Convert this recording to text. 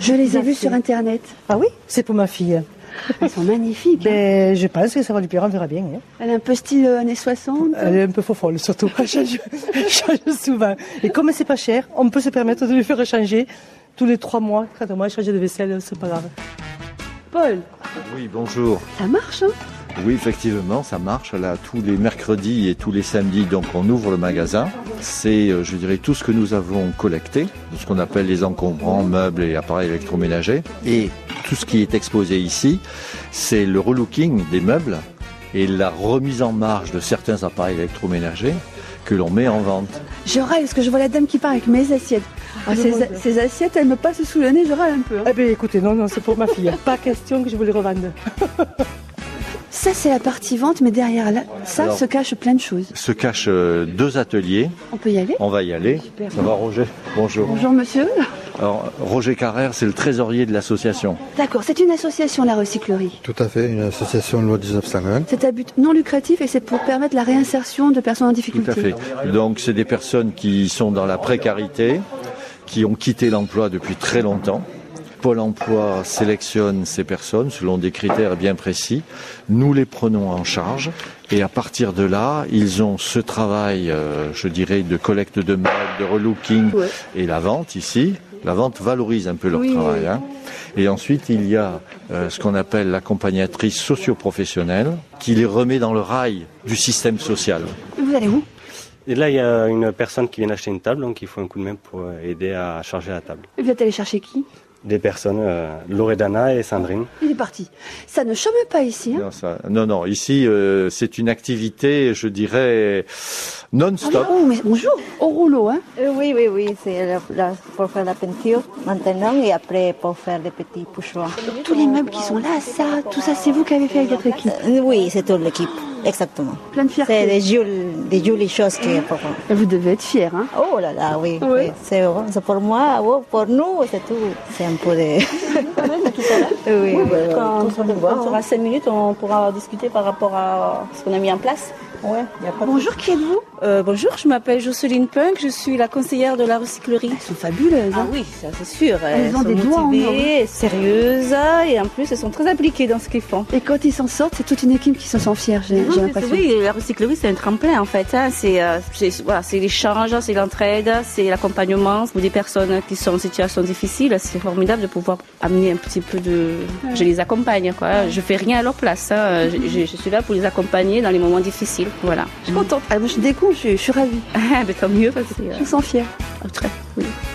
Je les ai vus sur Internet. Ah oui, c'est pour ma fille. Elles sont magnifiques. Ben, je pense que ça va lui plaire, on verra bien. Hein. Elle est un peu style années 60. Elle est un peu folle surtout. Elle change souvent. Et comme c'est pas cher, on peut se permettre de lui faire changer tous les 3 mois, 4 mois, changer de vaisselle, c'est pas grave. Paul. Oui, bonjour. Ça marche, hein? Oui, effectivement, ça marche. Là, tous les mercredis et tous les samedis, donc on ouvre le magasin. C'est, je dirais, tout ce que nous avons collecté, ce qu'on appelle les encombrants, meubles et appareils électroménagers. Et tout ce qui est exposé ici, c'est le relooking des meubles et la remise en marche de certains appareils électroménagers que l'on met en vente. Je râle parce que je vois la dame qui part avec mes assiettes. Ah, ces assiettes, elles me passent sous le nez, je râle un peu. Hein. Eh bien, écoutez, non, c'est pour ma fille. Pas question que je vous les revende. Ça, c'est la partie vente, mais derrière là, ça se cache plein de choses. Se cachent 2 ateliers. On peut y aller? On va y aller. Super. Ça va, Roger? Bonjour. Bonjour, monsieur. Alors, Roger Carrère, c'est le trésorier de l'association. D'accord, c'est une association, la recyclerie. Tout à fait, une association loi 1901. C'est à but non lucratif et c'est pour permettre la réinsertion de personnes en difficulté. Tout à fait. Donc, c'est des personnes qui sont dans la précarité, qui ont quitté l'emploi depuis très longtemps. Pôle emploi sélectionne ces personnes selon des critères bien précis. Nous les prenons en charge et à partir de là, ils ont ce travail, je dirais, de collecte de meubles, de relooking et la vente ici. La vente valorise un peu leur travail. Hein. Et ensuite, il y a ce qu'on appelle l'accompagnatrice socio-professionnelle qui les remet dans le rail du système social. Vous allez où? Et là, il y a une personne qui vient d'acheter une table, donc il faut un coup de main pour aider à charger la table. Vous êtes allé chercher qui? Des personnes, Loredana et Sandrine. Il est parti. Ça ne chôme pas ici. Hein? Non, ici, c'est une activité, je dirais, non-stop. Oh, mais bonjour, au rouleau, hein? Oui, c'est pour faire la peinture maintenant et après pour faire des petits pochoirs. Tous les meubles qui sont là, tout ça, c'est vous qui avez fait avec votre équipe? Oui, c'est toute l'équipe, exactement. Plein de fierté. C'est des jolies choses qui pour... Vous devez être fiers, hein? Oh là là, oui. C'est pour moi, pour nous, c'est tout. C'est un peu de... Oui, quand on aura 5 minutes, on pourra discuter par rapport à ce qu'on a mis en place. Ouais, bonjour, qui êtes-vous? Bonjour, je m'appelle Jocelyne Punk, je suis la conseillère de la recyclerie. Elles sont fabuleuses. Ah oui, ça c'est sûr. Elles ont sont des doigts motivées, sérieuses et en plus elles sont très impliquées dans ce qu'ils font. Et quand ils s'en sortent, c'est toute une équipe qui se sent fière, j'ai l'impression. Oui, la recyclerie c'est un tremplin en fait. Hein. C'est l'échange, c'est l'entraide, c'est l'accompagnement pour des personnes qui sont en situation difficile. C'est formidable de pouvoir amener un petit peu de... Je les accompagne, quoi. Je fais rien à leur place. Hein. Je suis là pour les accompagner dans les moments difficiles. Voilà. Je suis contente. Ah, moi je découvre, je suis ravie. Ah, ben, tant mieux parce que je me sens fière. Très, oui.